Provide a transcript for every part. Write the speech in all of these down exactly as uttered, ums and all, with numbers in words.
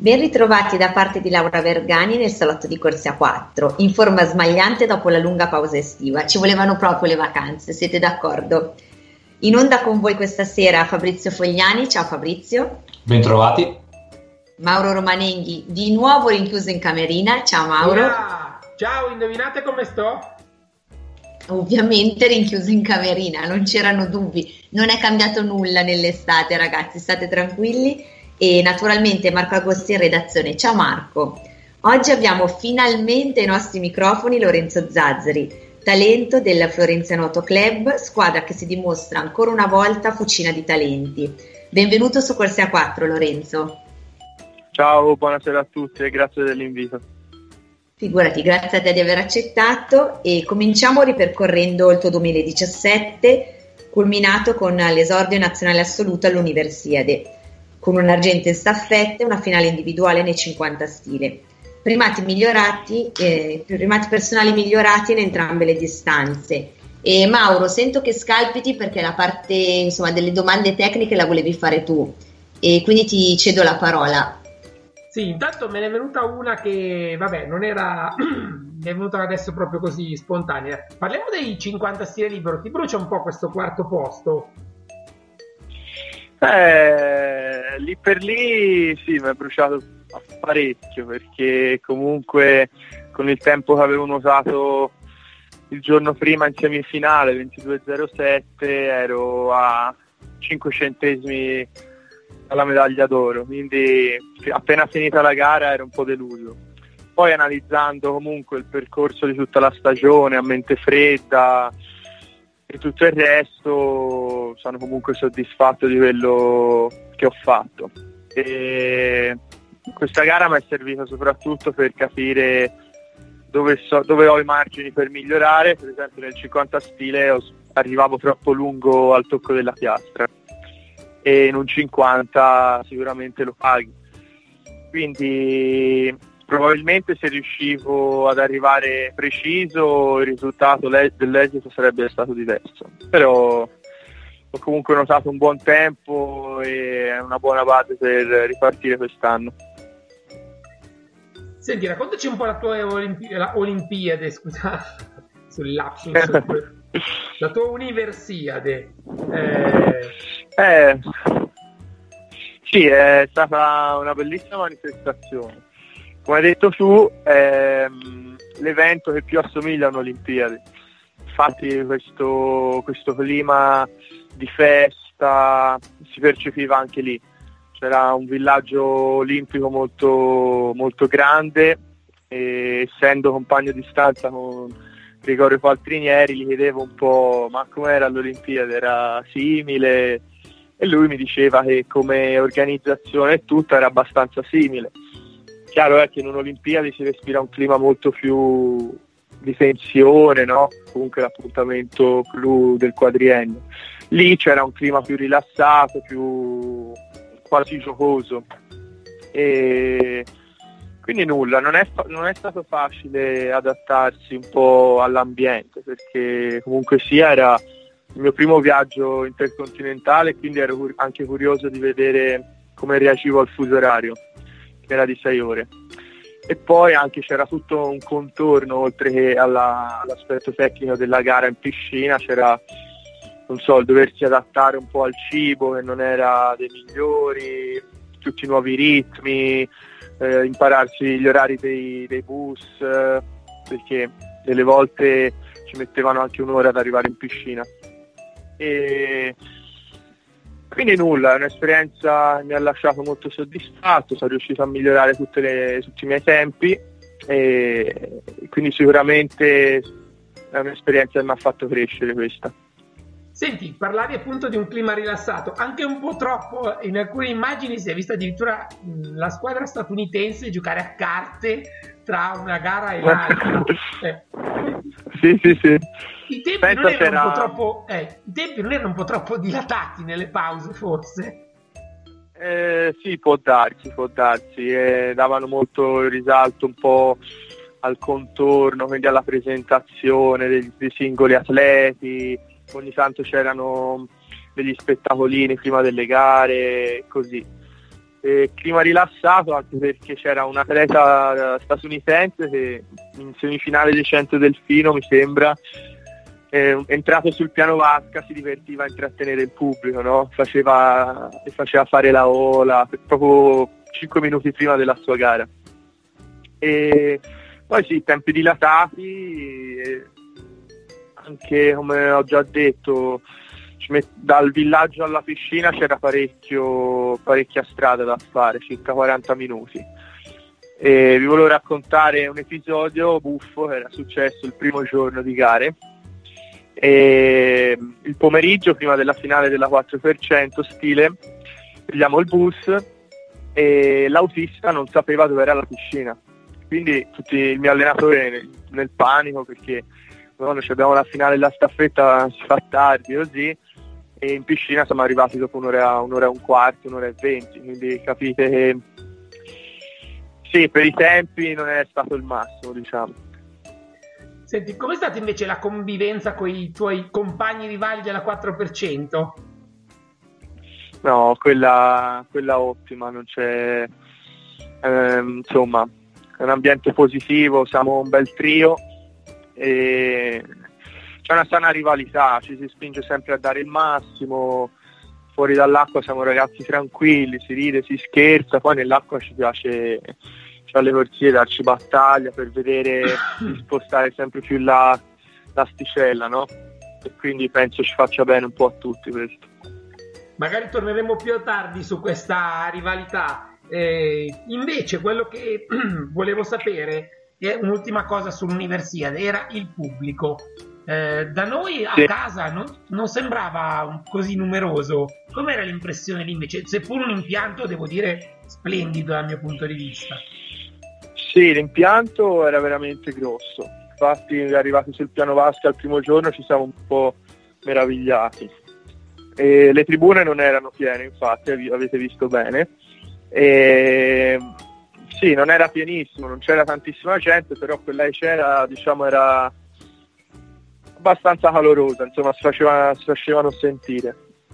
Ben ritrovati da parte di Laura Vergani nel salotto di Corsia quattro, in forma smagliante dopo la lunga pausa estiva. Ci volevano proprio le vacanze, siete d'accordo? In onda con voi questa sera Fabrizio Fogliani, ciao Fabrizio. Bentrovati. Mauro Romanenghi, di nuovo rinchiuso in camerina, ciao Mauro. Yeah. Ciao, indovinate come sto? Ovviamente rinchiuso in camerina, non c'erano dubbi, non è cambiato nulla nell'estate ragazzi, state tranquilli. E naturalmente Marco Agosti in redazione. Ciao Marco, oggi abbiamo finalmente ai nostri microfoni Lorenzo Zazzari, talento del Florenziano Auto Club, squadra che si dimostra ancora una volta fucina di talenti. Benvenuto su Corsia quattro Lorenzo. Ciao, buonasera a tutti e grazie dell'invito. Figurati, grazie a te di aver accettato e cominciamo ripercorrendo il tuo duemiladiciassette, culminato con l'esordio nazionale assoluto all'Universiade, con un argento in staffette e una finale individuale nei cinquanta stile. Primati migliorati, eh, primati personali migliorati in entrambe le distanze. E Mauro, sento che scalpiti perché la parte insomma delle domande tecniche la volevi fare tu e quindi ti cedo la parola. Sì, intanto me ne è venuta una che, vabbè, non era, mi è venuta adesso proprio così spontanea. Parliamo dei cinquanta stile libero, ti brucia un po' questo quarto posto? Eh, lì per lì sì, mi è bruciato parecchio perché comunque con il tempo che avevo usato il giorno prima in semifinale ventidue zero sette ero a cinque centesimi dalla medaglia d'oro, quindi appena finita la gara ero un po' deluso. Poi analizzando comunque il percorso di tutta la stagione a mente fredda e tutto il resto sono comunque soddisfatto di quello che ho fatto. E questa gara mi è servita soprattutto per capire dove, so, dove ho i margini per migliorare. Per esempio nel cinquanta stile ho, arrivavo troppo lungo al tocco della piastra e in un cinquanta sicuramente lo paghi, quindi probabilmente se riuscivo ad arrivare preciso il risultato dell'esito sarebbe stato diverso, però ho comunque notato un buon tempo e è una buona base per ripartire quest'anno. Senti, raccontaci un po' la tua Olimpi- la Olimpiade, scusa, sul lapsus, la tua Universiade. Eh... eh, sì, è stata una bellissima manifestazione. Come hai detto tu, è l'evento che più assomiglia a un'Olimpiade. Infatti questo, questo clima di festa si percepiva anche lì. C'era un villaggio olimpico molto, molto grande e essendo compagno di stanza con Gregorio Paltrinieri gli chiedevo un po' ma com'era l'Olimpiade, era simile? E lui mi diceva che come organizzazione e tutto era abbastanza simile. Chiaro è che in un'Olimpiade si respira un clima molto più di tensione, no? Comunque l'appuntamento clou del quadriennio. Lì c'era un clima più rilassato, più quasi giocoso. E quindi nulla, non è, non è stato facile adattarsi un po' all'ambiente, perché comunque sia era il mio primo viaggio intercontinentale, quindi ero anche curioso di vedere come reagivo al fuso orario, che era di sei ore. E poi anche c'era tutto un contorno, oltre che alla, all'aspetto tecnico della gara in piscina, c'era, non so, il doversi adattare un po' al cibo che non era dei migliori, tutti i nuovi ritmi, eh, impararsi gli orari dei, dei bus, eh, perché delle volte ci mettevano anche un'ora ad arrivare in piscina. E quindi nulla, è un'esperienza che mi ha lasciato molto soddisfatto, sono riuscito a migliorare tutte le, tutti i miei tempi e quindi sicuramente è un'esperienza che mi ha fatto crescere questa. Senti, parlavi appunto di un clima rilassato, anche un po' troppo, in alcune immagini si è vista addirittura la squadra statunitense giocare a carte tra una gara e l'altra. eh. Sì, sì, sì. I tempi, non erano c'era... un po' troppo, eh, I tempi non erano un po' troppo dilatati nelle pause, forse? Eh, sì, può darsi, può darsi. Eh, davano molto risalto un po' al contorno, quindi alla presentazione dei, dei singoli atleti. Ogni tanto c'erano degli spettacolini prima delle gare, così. Eh, clima rilassato anche perché c'era un atleta statunitense che in semifinale dei cento delfino, mi sembra, eh, entrato sul piano vasca, si divertiva a intrattenere il pubblico, no? Faceva, faceva fare la ola proprio cinque minuti prima della sua gara. E poi sì, tempi dilatati, eh, anche come ho già detto, dal villaggio alla piscina c'era parecchio, parecchia strada da fare, circa quaranta minuti. E vi volevo raccontare un episodio buffo che era successo il primo giorno di gare. E il pomeriggio, prima della finale della quattro per cento stile, prendiamo il bus e l'autista non sapeva dove era la piscina. Quindi tutti il mio allenatore nel, nel panico, perché quando abbiamo la finale della staffetta si fa tardi così, e in piscina siamo arrivati dopo un'ora, un'ora e un quarto, un'ora e venti, quindi capite che sì, per i tempi non è stato il massimo, diciamo. Senti, com'è stata invece la convivenza con i tuoi compagni rivali della quattro per cento? No, quella, quella ottima, non c'è, ehm, insomma, è un ambiente positivo, siamo un bel trio e c'è una sana rivalità, ci si spinge sempre a dare il massimo, fuori dall'acqua siamo ragazzi tranquilli, si ride, si scherza, poi nell'acqua ci piace, cioè alle corsie, darci battaglia per vedere di spostare sempre più la, l'asticella, no? E quindi penso ci faccia bene un po' a tutti questo. Magari torneremo più tardi su questa rivalità. Eh, invece quello che volevo sapere è un'ultima cosa sull'Universiade, era il pubblico. Eh, da noi a sì. casa non, non sembrava così numeroso. Com'era l'impressione lì invece? Seppur un impianto, devo dire, splendido dal mio punto di vista. Sì, l'impianto era veramente grosso. Infatti, arrivati sul piano vasca al primo giorno ci siamo un po' meravigliati. E le tribune non erano piene, infatti, avete visto bene. E sì, non era pienissimo, non c'era tantissima gente, però quella che c'era, diciamo, era abbastanza calorosa, insomma, si, faceva, si facevano sentire.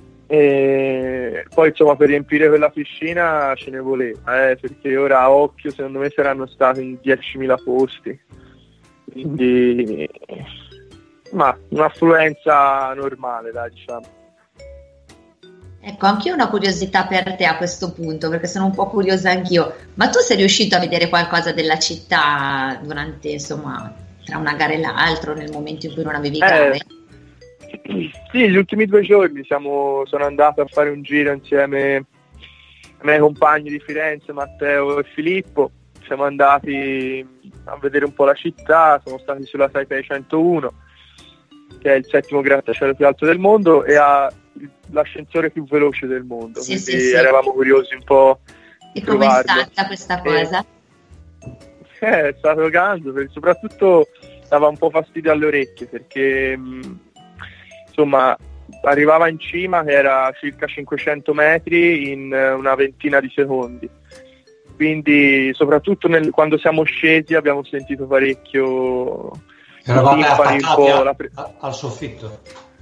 E poi, insomma, per riempire quella piscina ce ne voleva, eh, perché ora a occhio secondo me saranno stati in diecimila posti, quindi ma un'affluenza normale, dai, diciamo. Ecco, anche io ho una curiosità per te a questo punto, perché sono un po' curiosa anch'io. Ma tu sei riuscito a vedere qualcosa della città durante, insomma, tra una gara e l'altra, nel momento in cui non avevi gare? Eh, sì, gli ultimi due giorni siamo, sono andato a fare un giro insieme ai miei compagni di Firenze, Matteo e Filippo. Siamo andati a vedere un po' la città, siamo stati sulla Taipei centouno, che è il settimo grattacielo più alto del mondo e ha l'ascensore più veloce del mondo, sì, quindi sì, sì. eravamo curiosi un po'. E com'è stata questa cosa? Eh, è stato grande, perché soprattutto dava un po' fastidio alle orecchie, perché mh, insomma arrivava in cima che era circa cinquecento metri in una ventina di secondi, quindi soprattutto nel, quando siamo scesi abbiamo sentito parecchio. Eravate attaccati a, pre- al soffitto.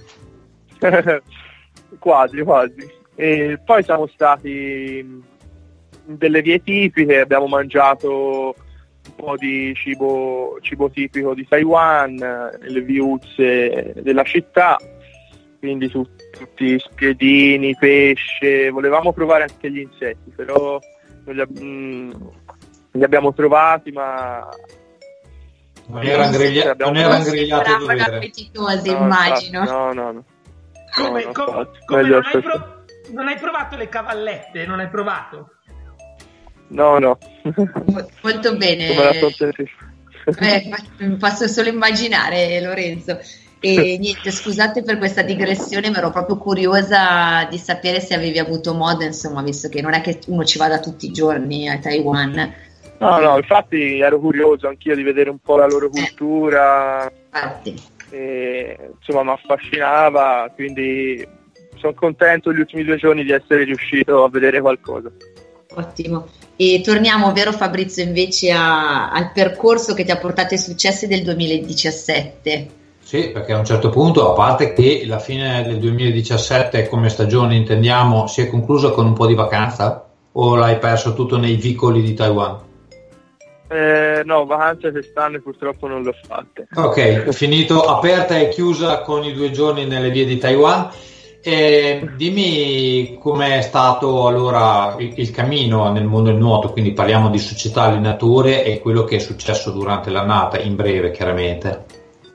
quasi quasi e poi siamo stati in delle vie tipiche, abbiamo mangiato un po' di cibo cibo tipico di Taiwan, le viuzze della città, quindi tu, tutti spiedini, pesce, volevamo provare anche gli insetti, però non li, ab- mh, li abbiamo trovati, ma non erano griglia- grigliati a dovere. Appetitosi, no, immagino. No, no, no. Come, no, com- no come non, hai pro- non hai provato le cavallette? Non hai provato? No, no. Molto bene. Eh, posso solo immaginare, Lorenzo. E niente, scusate per questa digressione, ma ero proprio curiosa di sapere se avevi avuto modo, insomma, visto che non è che uno ci vada tutti i giorni a Taiwan. No, no, infatti ero curioso anch'io di vedere un po' la loro cultura. Eh, infatti. E, insomma, mi affascinava, quindi sono contento gli ultimi due giorni di essere riuscito a vedere qualcosa. Ottimo. E torniamo, vero Fabrizio, invece a, al percorso che ti ha portato ai successi del duemiladiciassette. Sì, perché a un certo punto, a parte che la fine del duemiladiciassette come stagione intendiamo si è conclusa con un po' di vacanza, o l'hai perso tutto nei vicoli di Taiwan? Eh, no, vacanze quest'anno purtroppo non le ho fatte. Ok, finito, aperta e chiusa con i due giorni nelle vie di Taiwan. Eh, dimmi com'è stato allora il, il cammino nel mondo del nuoto, quindi parliamo di società allenatore e quello che è successo durante l'annata, in breve chiaramente.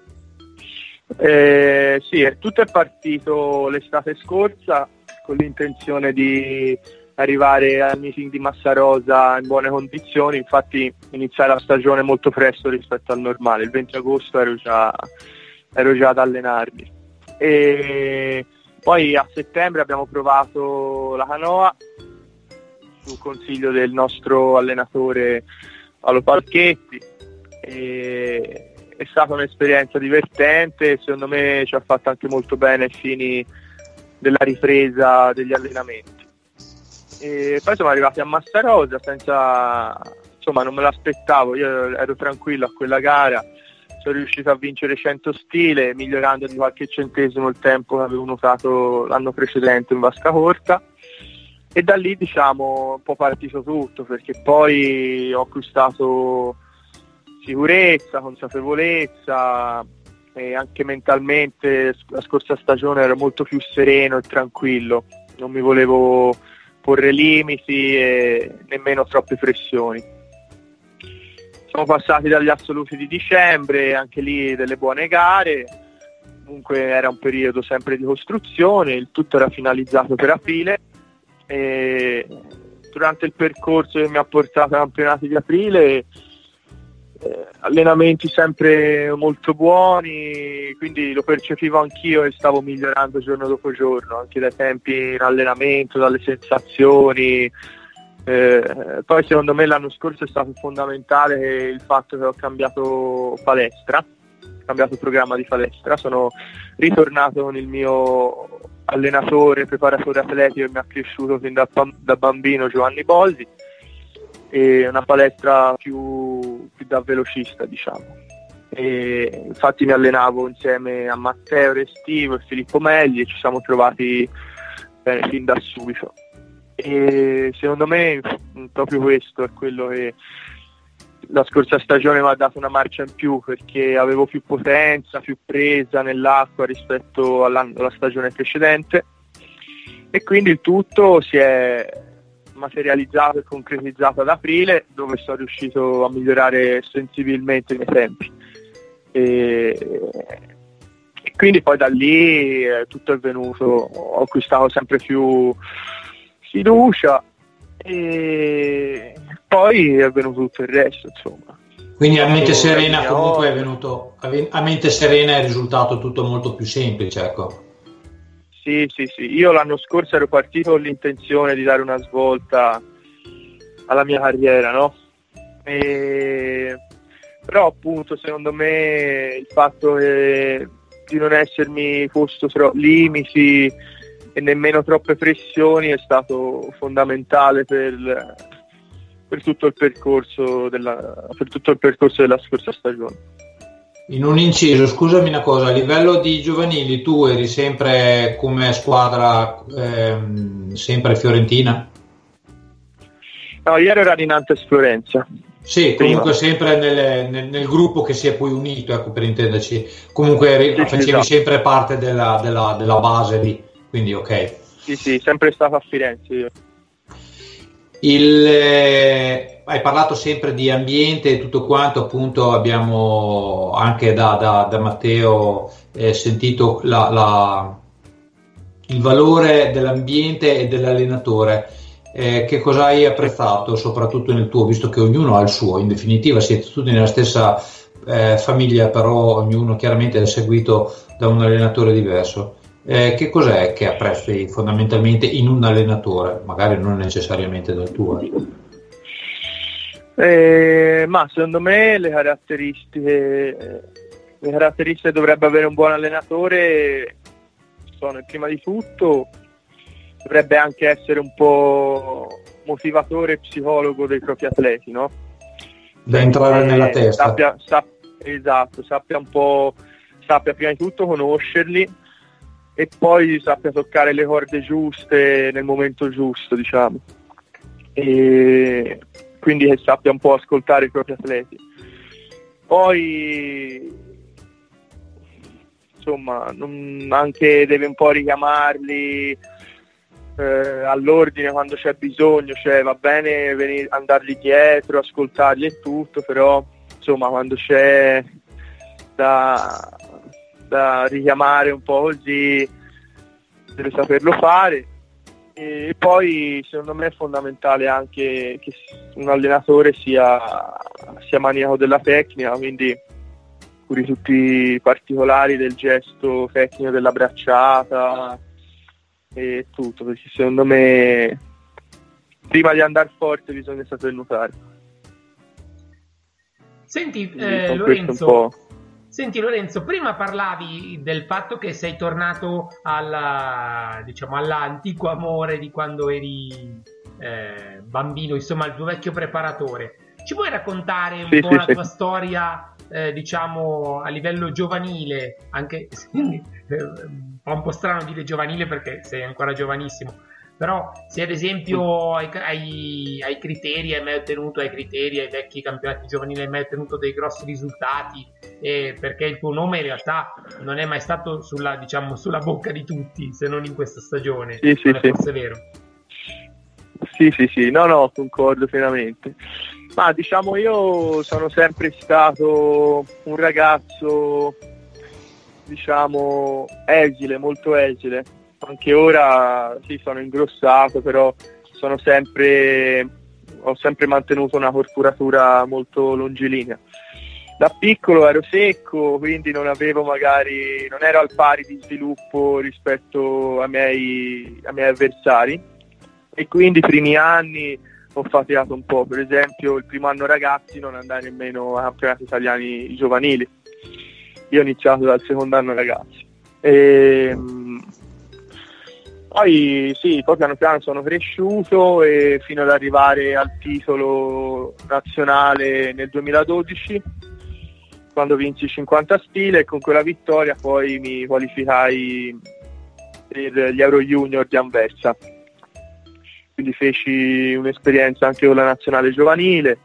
Eh, sì, tutto è partito l'estate scorsa con l'intenzione di arrivare al meeting di Massarosa in buone condizioni, infatti iniziai la stagione molto presto rispetto al normale, il venti agosto ero già, ero già ad allenarmi. E poi a settembre abbiamo provato la canoa su consiglio del nostro allenatore Paolo Palchetti e è stata un'esperienza divertente, secondo me ci ha fatto anche molto bene ai fini della ripresa degli allenamenti. E poi siamo arrivati a Massarosa senza, insomma non me l'aspettavo, io ero tranquillo a quella gara, sono riuscito a vincere cento stile, migliorando di qualche centesimo il tempo che avevo notato l'anno precedente in vasca corta, e da lì diciamo un po' partito tutto, perché poi ho acquistato sicurezza, consapevolezza e anche mentalmente la scorsa stagione ero molto più sereno e tranquillo, non mi volevo porre limiti e nemmeno troppe pressioni. Siamo passati dagli assoluti di dicembre, anche lì delle buone gare, comunque era un periodo sempre di costruzione, il tutto era finalizzato per aprile e durante il percorso che mi ha portato ai campionati di aprile eh, allenamenti sempre molto buoni, quindi lo percepivo anch'io e stavo migliorando giorno dopo giorno, anche dai tempi in allenamento, dalle sensazioni. Eh, poi secondo me l'anno scorso è stato fondamentale il fatto che ho cambiato palestra, ho cambiato programma di palestra, sono ritornato con il mio allenatore, preparatore atletico che mi ha cresciuto fin da, da bambino, Giovanni Bosi, e una palestra più, più da velocista, diciamo. E infatti mi allenavo insieme a Matteo Restivo e Filippo Megli e ci siamo trovati bene fin da subito. E secondo me proprio questo è quello che la scorsa stagione mi ha dato una marcia in più, perché avevo più potenza, più presa nell'acqua rispetto alla stagione precedente, e quindi il tutto si è materializzato e concretizzato ad aprile, dove sono riuscito a migliorare sensibilmente i miei tempi e, e quindi poi da lì eh, tutto è venuto, ho acquistato sempre più fiducia e poi è venuto tutto il resto, insomma. Quindi a mente serena comunque è venuto, a mente serena è risultato tutto molto più semplice, ecco. Sì, sì, sì, io l'anno scorso ero partito con l'intenzione di dare una svolta alla mia carriera, no? E... però appunto secondo me il fatto che di non essermi posto tro- limiti e nemmeno troppe pressioni è stato fondamentale per, per tutto il percorso della, per tutto il percorso della scorsa stagione. In un inciso, scusami una cosa, a livello di giovanili tu eri sempre come squadra ehm, sempre fiorentina? No, ieri era di Nantes Florenza. Sì, comunque prima. Sempre nel, nel, nel gruppo che si è poi unito, ecco, per intenderci, comunque eri, sì, facevi esatto. Sempre parte della, della, della base lì. Quindi ok. Sì, sì, sempre stato a Firenze io. Il, eh, hai parlato sempre di ambiente e tutto quanto, appunto abbiamo anche da, da, da Matteo eh, sentito la, la, il valore dell'ambiente e dell'allenatore. Eh, che cosa hai apprezzato soprattutto nel tuo, visto che ognuno ha il suo, in definitiva siete tutti nella stessa eh, famiglia, però ognuno chiaramente è seguito da un allenatore diverso. Eh, che cos'è che apprezzi fondamentalmente in un allenatore, magari non necessariamente dal tuo? Eh, ma secondo me le caratteristiche le caratteristiche dovrebbe avere un buon allenatore sono, prima di tutto, dovrebbe anche essere un po' motivatore e psicologo dei propri atleti, no? Da entrare eh, nella testa. Sappia, sappia, esatto, sappia un po', sappia prima di tutto conoscerli e poi sappia toccare le corde giuste nel momento giusto, diciamo. e quindi che sappia un po' ascoltare i propri atleti. Poi insomma non, anche deve un po' richiamarli eh, all'ordine quando c'è bisogno, cioè va bene venire, andargli dietro, ascoltarli e tutto, però insomma quando c'è da, da richiamare un po' così deve saperlo fare. E poi secondo me è fondamentale anche che un allenatore sia, sia maniaco della tecnica, quindi curi tutti i particolari del gesto tecnico della bracciata e tutto, perché secondo me prima di andare forte bisogna saper nuotare. Senti eh, Lorenzo, senti Lorenzo, prima parlavi del fatto che sei tornato alla, diciamo, all'antico amore di quando eri eh, bambino, insomma al tuo vecchio preparatore. Ci puoi raccontare un sì, po' sì, la sì. tua storia, eh, diciamo a livello giovanile, anche eh, fa un po' strano dire giovanile perché sei ancora giovanissimo, però se ad esempio ai, ai, ai criteri hai mai ottenuto, ai criteri, ai vecchi campionati giovanili hai mai ottenuto dei grossi risultati, eh, perché il tuo nome in realtà non è mai stato sulla, diciamo, sulla bocca di tutti, se non in questa stagione, sì, sì, non è sì. forse vero? Sì, sì, sì, no, no, concordo pienamente. Ma diciamo io sono sempre stato un ragazzo, diciamo, esile, molto esile. Anche ora sì, sono ingrossato, però sono sempre, ho sempre mantenuto una corporatura molto longilinea. Da piccolo ero secco, quindi non avevo magari, non ero al pari di sviluppo rispetto ai miei, ai miei avversari, e quindi i primi anni ho faticato un po'. Per esempio il primo anno ragazzi non andai nemmeno ai campionati italiani giovanili, io ho iniziato dal secondo anno ragazzi. E, poi sì, poi piano piano sono cresciuto e fino ad arrivare al titolo nazionale nel duemiladodici, quando vinsi cinquanta stile, e con quella vittoria poi mi qualificai per gli Euro Junior di Anversa. Quindi feci un'esperienza anche con la nazionale giovanile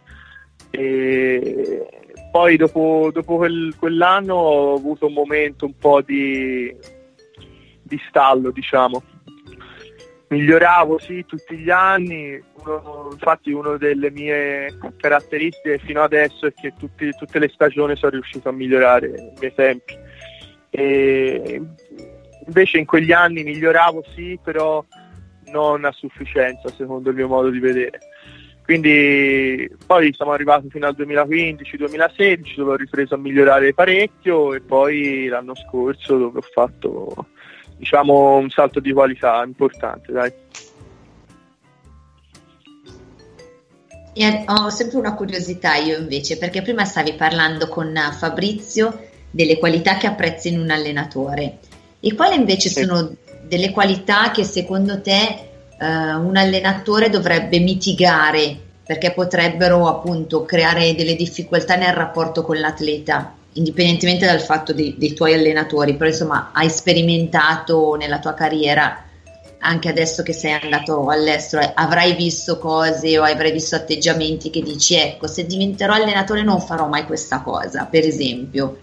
e poi dopo, dopo quel, quell'anno ho avuto un momento un po' di, di stallo, diciamo. Miglioravo sì tutti gli anni, uno, infatti una delle mie caratteristiche fino adesso è che tutti, tutte le stagioni sono riuscito a migliorare i miei tempi. E invece in quegli anni miglioravo sì, però non a sufficienza secondo il mio modo di vedere. Quindi poi siamo arrivati fino al duemilaquindici duemilasedici, dove ho ripreso a migliorare parecchio, e poi l'anno scorso dove ho fatto, diciamo, un salto di qualità importante, dai. E ho sempre una curiosità io invece, perché prima stavi parlando con Fabrizio delle qualità che apprezzi in un allenatore, e quali invece sì. sono delle qualità che secondo te eh, un allenatore dovrebbe mitigare, perché potrebbero appunto creare delle difficoltà nel rapporto con l'atleta, indipendentemente dal fatto dei, dei tuoi allenatori, però insomma hai sperimentato nella tua carriera, anche adesso che sei andato all'estero, avrai visto cose o avrai visto atteggiamenti che dici ecco, se diventerò allenatore non farò mai questa cosa, per esempio.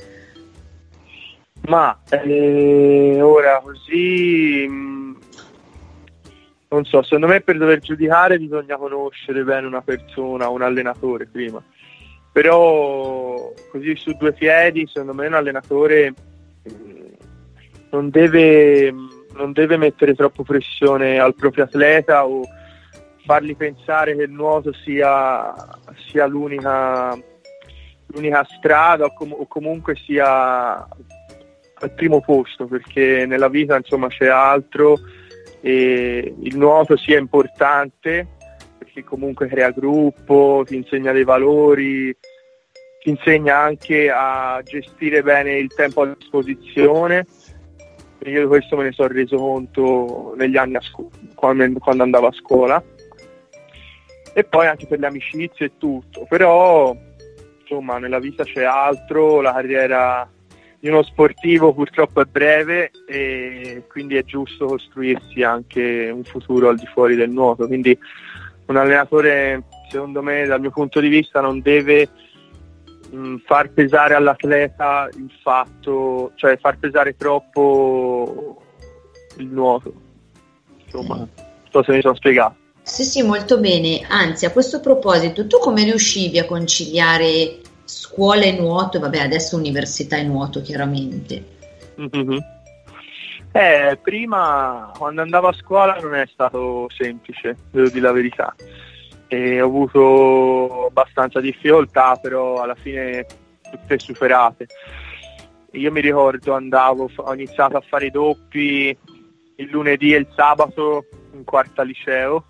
Ma eh, ora così mh, non so, secondo me per dover giudicare bisogna conoscere bene una persona, un allenatore prima, però così su due piedi secondo me un allenatore mh, non deve mh, non deve mettere troppo pressione al proprio atleta o fargli pensare che il nuoto sia, sia l'unica, l'unica strada o, com- o comunque sia al primo posto, perché nella vita insomma c'è altro, e il nuoto sia importante perché comunque crea gruppo, ti insegna dei valori, ti insegna anche a gestire bene il tempo a disposizione. Io di questo me ne sono reso conto negli anni a scu- quando, quando andavo a scuola, e poi anche per le amicizie e tutto, però insomma nella vita c'è altro, la carriera di uno sportivo purtroppo è breve e quindi è giusto costruirsi anche un futuro al di fuori del nuoto, quindi un allenatore, secondo me, dal mio punto di vista, non deve mh, far pesare all'atleta il fatto, cioè far pesare troppo il nuoto. Insomma, non so se mi sono spiegato. Sì, sì, molto bene. Anzi, a questo proposito, tu come riuscivi a conciliare scuola e nuoto? Vabbè, adesso università e nuoto, chiaramente. Mm-hmm. Eh, prima, quando andavo a scuola, non è stato semplice, devo dire la verità. E ho avuto abbastanza difficoltà, però alla fine tutte superate. Io mi ricordo, andavo, ho iniziato a fare i doppi il lunedì e il sabato in quarta liceo,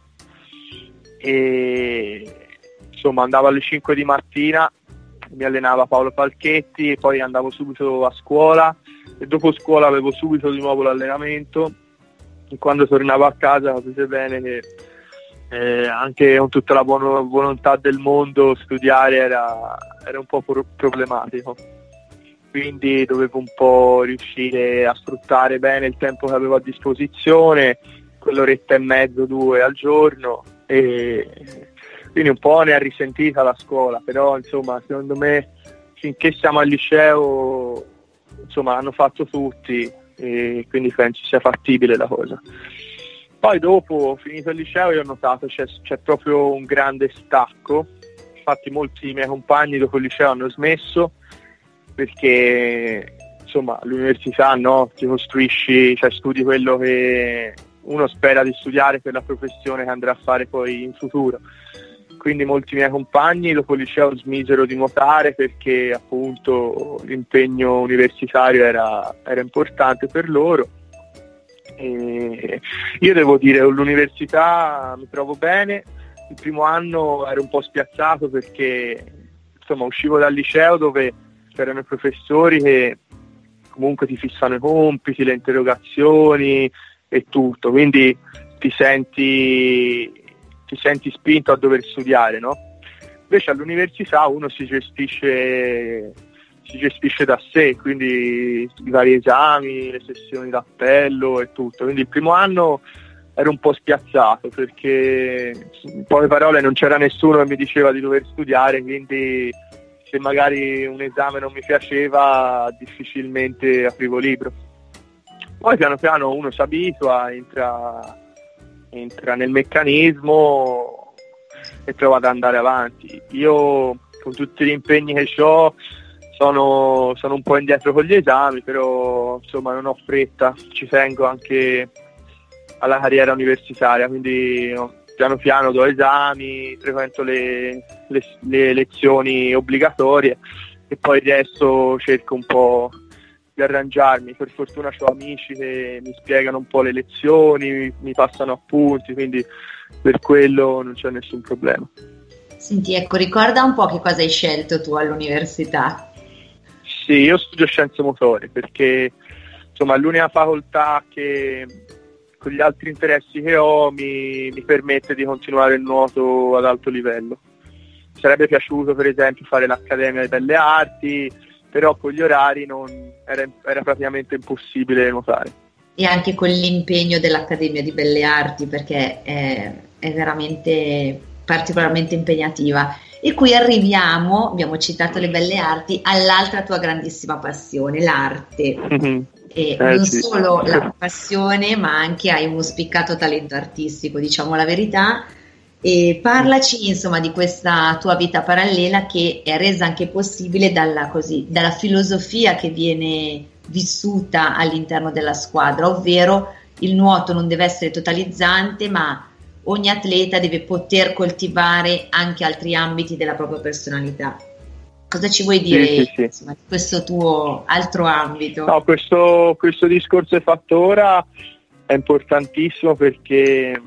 e insomma andavo alle cinque di mattina, mi allenava Paolo Falchetti, e poi andavo subito a scuola, e dopo scuola avevo subito di nuovo l'allenamento, e quando tornavo a casa capite bene che eh, anche con tutta la buona volontà del mondo studiare era, era un po' pro- problematico, quindi dovevo un po' riuscire a sfruttare bene il tempo che avevo a disposizione, quell'oretta e mezzo, due al giorno, e quindi un po' ne ha risentita la scuola, però insomma secondo me finché siamo al liceo insomma hanno fatto tutti, e quindi penso sia fattibile la cosa. Poi dopo, finito il liceo, io ho notato c'è, c'è proprio un grande stacco, infatti molti miei compagni dopo il liceo hanno smesso, perché insomma all'università no, ti costruisci, cioè studi quello che uno spera di studiare per la professione che andrà a fare poi in futuro. Quindi molti miei compagni dopo il liceo smisero di nuotare perché appunto l'impegno universitario era, era importante per loro. E io devo dire, all'università mi trovo bene. Il primo anno ero un po' spiazzato perché insomma uscivo dal liceo dove c'erano i professori che comunque ti fissano i compiti, le interrogazioni e tutto, quindi ti senti ti senti spinto a dover studiare, no? Invece all'università uno si gestisce si gestisce da sé, quindi i vari esami, le sessioni d'appello e tutto, quindi il primo anno ero un po' spiazzato perché in poche parole non c'era nessuno che mi diceva di dover studiare, quindi se magari un esame non mi piaceva difficilmente aprivo libro. Poi piano piano uno si abitua, entra, entra nel meccanismo e prova ad andare avanti. Io con tutti gli impegni che ho sono, sono un po' indietro con gli esami, però insomma non ho fretta, ci tengo anche alla carriera universitaria, quindi no, piano piano do esami, frequento le, le, le lezioni obbligatorie e poi adesso cerco un po' di arrangiarmi. Per fortuna ho amici che mi spiegano un po' le lezioni, mi, mi passano appunti, quindi per quello non c'è nessun problema. Senti, ecco, ricorda un po' che cosa hai scelto tu all'università. Sì, io studio scienze motorie perché insomma è l'unica facoltà che con gli altri interessi che ho mi, mi permette di continuare il nuoto ad alto livello. Mi sarebbe piaciuto per esempio fare l'Accademia di Belle Arti, però con gli orari non, era, era praticamente impossibile nuotare. E anche con l'impegno dell'Accademia di Belle Arti, perché è, è veramente particolarmente impegnativa. E qui arriviamo, abbiamo citato le belle arti, all'altra tua grandissima passione, l'arte. Mm-hmm. E eh, non sì. Solo la passione, ma anche hai uno spiccato talento artistico, diciamo la verità. E parlaci insomma di questa tua vita parallela che è resa anche possibile dalla, così, dalla filosofia che viene vissuta all'interno della squadra, ovvero il nuoto non deve essere totalizzante, ma ogni atleta deve poter coltivare anche altri ambiti della propria personalità. Cosa ci vuoi dire sì, sì, sì. Insomma, di questo tuo altro ambito? No, questo, questo discorso che hai fatto ora è importantissimo perché,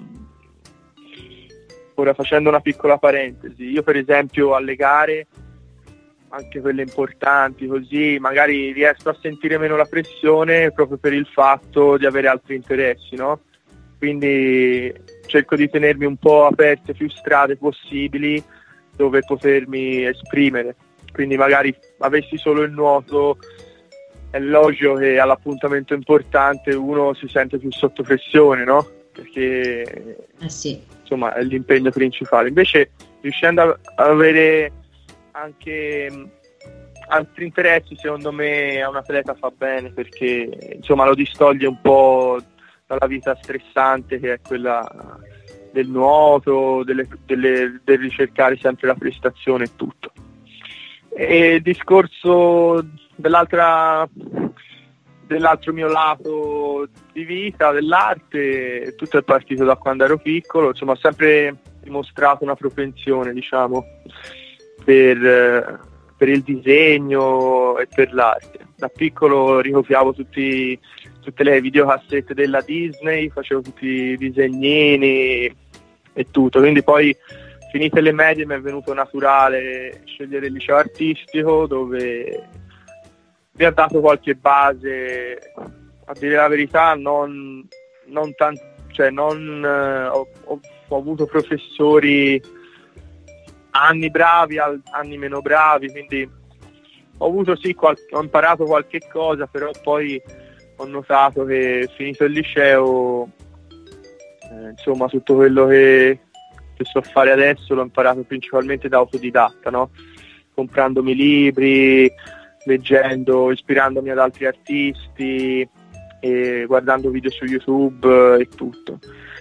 ora facendo una piccola parentesi, io per esempio alle gare, anche quelle importanti così, magari riesco a sentire meno la pressione proprio per il fatto di avere altri interessi, no? Quindi cerco di tenermi un po' aperte più strade possibili dove potermi esprimere. Quindi magari avessi solo il nuoto, è logico che all'appuntamento importante uno si sente più sotto pressione, no? Perché eh sì. insomma è l'impegno principale. Invece riuscendo a avere anche mh, altri interessi, secondo me a un atleta fa bene, perché insomma lo distoglie un po' dalla vita stressante che è quella del nuoto, delle, delle, del ricercare sempre la prestazione e tutto. E il discorso dell'altra dell'altro mio lato di vita, dell'arte, tutto è partito da quando ero piccolo. Insomma, ho sempre dimostrato una propensione, diciamo, per, per il disegno e per l'arte. Da piccolo ricopiavo tutti, tutte le videocassette della Disney, facevo tutti i disegnini e tutto, quindi poi finite le medie mi è venuto naturale scegliere il liceo artistico, dove mi ha dato qualche base, a dire la verità non, non tanto, cioè non eh, ho, ho, ho avuto professori anni bravi, anni meno bravi, quindi ho avuto sì, qual- ho imparato qualche cosa, però poi ho notato che finito il liceo eh, insomma tutto quello che, che so fare adesso l'ho imparato principalmente da autodidatta, no? Comprandomi libri, leggendo, ispirandomi ad altri artisti e guardando video su YouTube e tutto.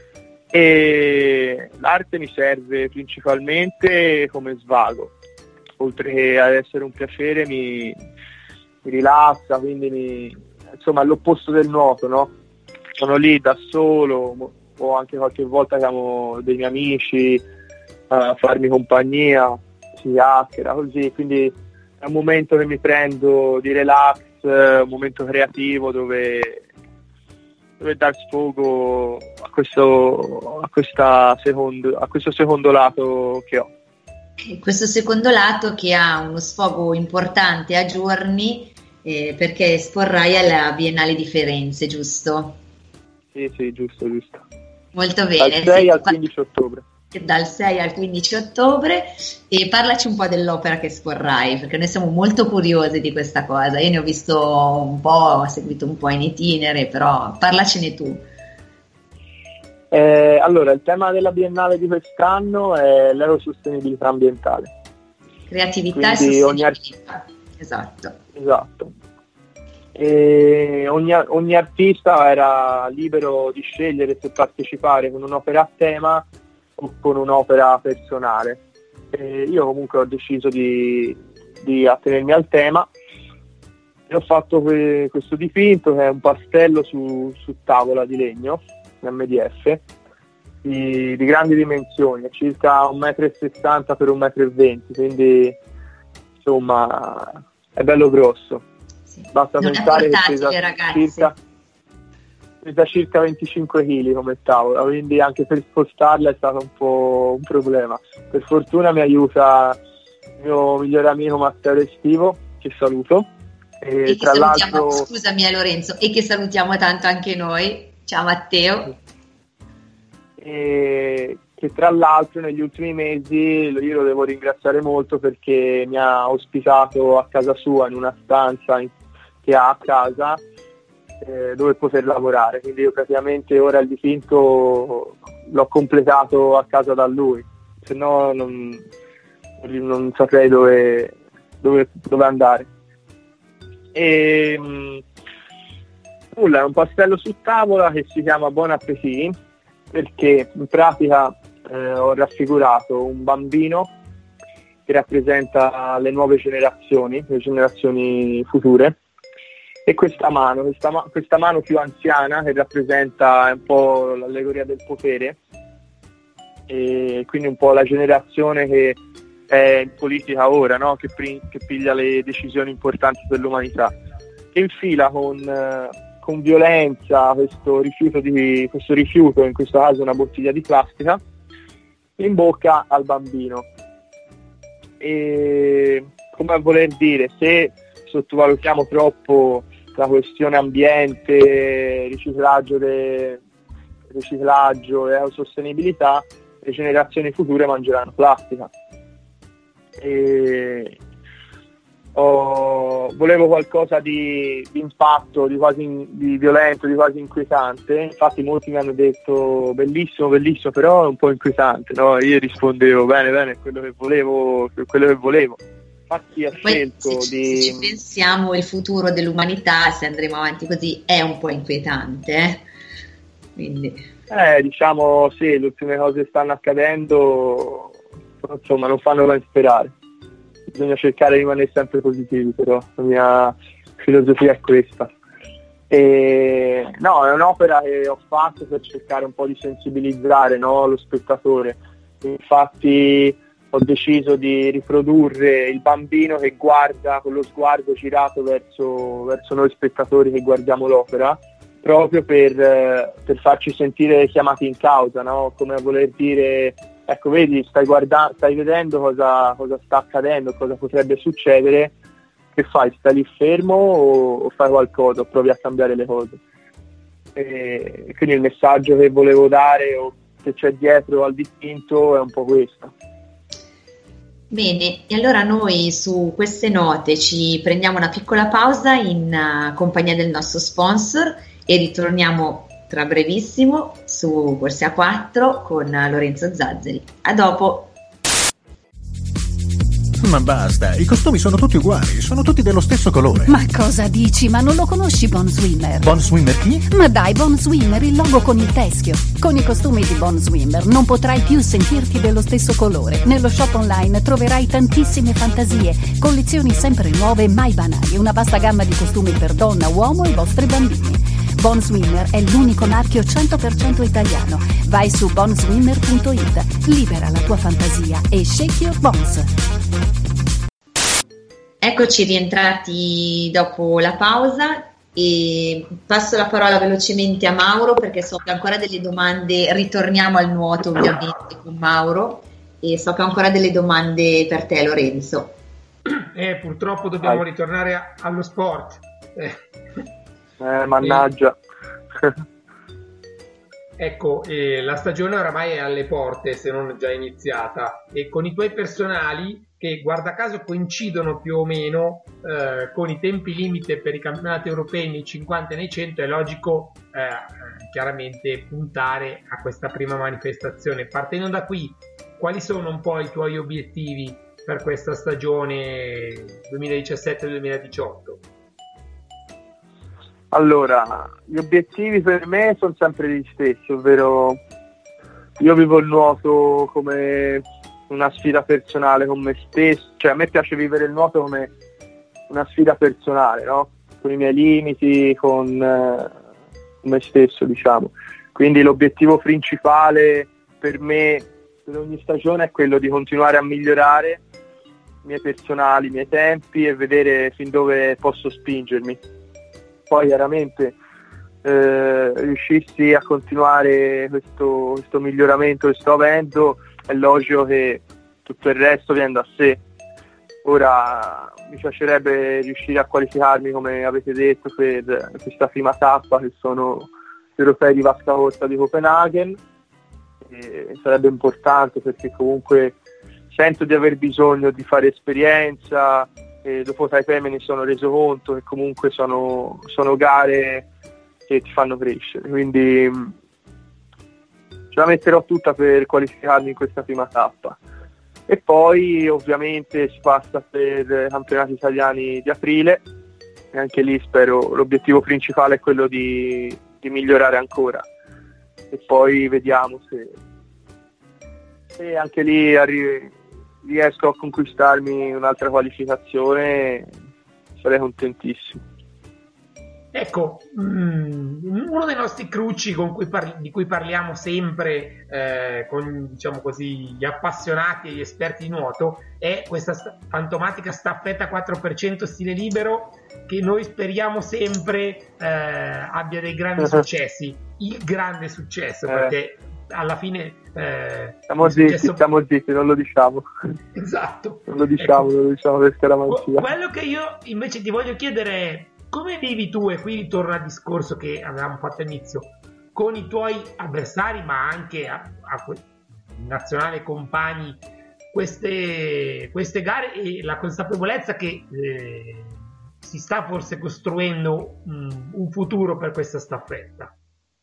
E l'arte mi serve principalmente come svago, oltre che ad essere un piacere mi, mi rilassa, quindi mi, insomma all'opposto del nuoto, no? Sono lì da solo o anche qualche volta chiamo dei miei amici a farmi compagnia, si chiacchiera così, quindi è un momento che mi prendo di relax, un momento creativo dove, dove dar sfogo a questo, a, questa secondo, a questo secondo lato che ho. Questo secondo lato che ha uno sfogo importante a giorni eh, perché esporrai alla Biennale di Firenze, giusto? Sì, sì, giusto, giusto. Molto bene. Dal sei al quindici ottobre. Dal sei al quindici ottobre, e parlaci un po' dell'opera che esporrai, perché noi siamo molto curiosi di questa cosa. Io ne ho visto un po', ho seguito un po' in itinere, però parlacene tu. Eh, allora, il tema della Biennale di quest'anno è l'ecosostenibilità ambientale. Creatività Quindi e ogni sostenibilità. art- Esatto. Esatto. E ogni, ogni artista era libero di scegliere se partecipare con un'opera a tema o con un'opera personale. E io comunque ho deciso di, di attenermi al tema e ho fatto que- questo dipinto che è un pastello su, su tavola di legno M D F di, di grandi dimensioni, circa un metro e sessanta per un metro e venti, quindi insomma è bello grosso. Sì. Basta Non pensare è che portatile, pesa ragazzi. circa, pesa circa venticinque chili come tavola, quindi anche per spostarla è stato un po' un problema. Per fortuna mi aiuta il mio migliore amico Matteo Estivo, che saluto. E, E che tra salutiamo, l'altro, scusami eh, Lorenzo, e che salutiamo tanto anche noi. Ciao Matteo. e, che tra l'altro negli ultimi mesi io lo devo ringraziare molto perché mi ha ospitato a casa sua in una stanza in, che ha a casa eh, dove poter lavorare, quindi io praticamente ora il dipinto l'ho completato a casa da lui, se no non, non saprei dove, dove, dove andare. E mh, nulla, è un pastello su tavola che si chiama Bon Appétit perché in pratica eh, ho raffigurato un bambino che rappresenta le nuove generazioni, le generazioni future, e questa mano, questa, ma- questa mano più anziana che rappresenta un po' l'allegoria del potere, e quindi un po' la generazione che è in politica ora, no? che, pri- che piglia le decisioni importanti per l'umanità, che infila con, eh, con violenza questo rifiuto, di, questo rifiuto, in questo caso una bottiglia di plastica, in bocca al bambino. E come a voler dire, se sottovalutiamo troppo la questione ambiente, riciclaggio, de, riciclaggio e sostenibilità, le generazioni future mangeranno plastica. E ho, volevo qualcosa di, di impatto, di quasi in, di violento, di quasi inquietante. Infatti molti mi hanno detto bellissimo, bellissimo, però è un po' inquietante, no? Io rispondevo bene, bene, quello che volevo, quello che volevo. Infatti ha Poi, scelto se, di... se ci pensiamo, il futuro dell'umanità, se andremo avanti così, è un po' inquietante, eh? Quindi... Eh, diciamo sì, le ultime cose che stanno accadendo, insomma, non fanno ben sperare. Bisogna cercare di rimanere sempre positivi, però la mia filosofia è questa. E, no, è un'opera che ho fatto per cercare un po' di sensibilizzare, no, lo spettatore. Infatti ho deciso di riprodurre il bambino che guarda con lo sguardo girato verso, verso noi spettatori che guardiamo l'opera, proprio per, per farci sentire chiamati in causa, no? Come a voler dire, ecco, vedi, stai guardando, stai vedendo cosa, cosa sta accadendo, cosa potrebbe succedere, che fai? Stai lì fermo o, o fai qualcosa, o provi a cambiare le cose? E quindi il messaggio che volevo dare o che c'è dietro al dipinto è un po' questo. Bene, e allora noi su queste note ci prendiamo una piccola pausa in uh, compagnia del nostro sponsor e ritorniamo tra brevissimo su Corsia quattro con Lorenzo Zazzeri. A dopo! Ma basta, i costumi sono tutti uguali, sono tutti dello stesso colore. Ma cosa dici? Ma non lo conosci Bon Swimmer? Bon Swimmer chi? Ma dai, Bon Swimmer, il logo con il teschio. Con i costumi di Bon Swimmer non potrai più sentirti dello stesso colore. Nello shop online troverai tantissime fantasie, collezioni sempre nuove e mai banali, una vasta gamma di costumi per donna, uomo e vostri bambini. Bon Swimmer è l'unico marchio cento per cento italiano. Vai su bon swimmer punto it, libera la tua fantasia e shake your bones. Eccoci rientrati dopo la pausa e passo la parola velocemente a Mauro perché so che ho ancora delle domande, ritorniamo al nuoto ovviamente con Mauro e so che ho ancora delle domande per te Lorenzo. Eh, purtroppo dobbiamo ritornare a, allo sport. Eh. Eh, mannaggia. Ecco, eh, la stagione oramai è alle porte, se non già iniziata, e con i tuoi personali, che guarda caso coincidono più o meno eh, con i tempi limite per i campionati europei nei cinquanta e nei cento, è logico eh, chiaramente puntare a questa prima manifestazione. Partendo da qui, quali sono un po' i tuoi obiettivi per questa stagione duemiladiciassette duemiladiciotto? Allora, gli obiettivi per me sono sempre gli stessi, ovvero io vivo il nuoto come una sfida personale con me stesso, cioè a me piace vivere il nuoto come una sfida personale, no? Con i miei limiti, con eh, me stesso, diciamo. Quindi l'obiettivo principale per me per ogni stagione è quello di continuare a migliorare i miei personali, i miei tempi e vedere fin dove posso spingermi. Poi chiaramente eh, riuscissi a continuare questo, questo miglioramento che sto avendo, è logico che tutto il resto viene da sé. Ora mi piacerebbe riuscire a qualificarmi, come avete detto, per questa prima tappa che sono gli europei di vasca corta di Copenaghen, e sarebbe importante perché comunque sento di aver bisogno di fare esperienza. E dopo Taipei me ne sono reso conto che comunque sono, sono gare che ti fanno crescere, quindi ce la metterò tutta per qualificarmi in questa prima tappa e poi ovviamente si passa per i campionati italiani di aprile e anche lì spero, l'obiettivo principale è quello di, di migliorare ancora e poi vediamo se, se anche lì arrivi, riesco a conquistarmi un'altra qualificazione, sarei contentissimo. Ecco, mh, uno dei nostri cruci con cui parli, di cui parliamo sempre eh, con, diciamo così, gli appassionati e gli esperti di nuoto è questa sta- fantomatica staffetta quattro per cento stile libero che noi speriamo sempre eh, abbia dei grandi successi. Il grande successo, eh. perché alla fine eh, siamo zitti, successo... stiamo zitti, non lo diciamo. Esatto. Non lo diciamo, ecco. Non lo diciamo per scaramanzia. Quello che io invece ti voglio chiedere è come vivi tu, e qui ritorno al discorso che avevamo fatto all'inizio, con i tuoi avversari, ma anche a, a nazionale compagni, queste, queste gare e la consapevolezza che eh, si sta forse costruendo mh, un futuro per questa staffetta.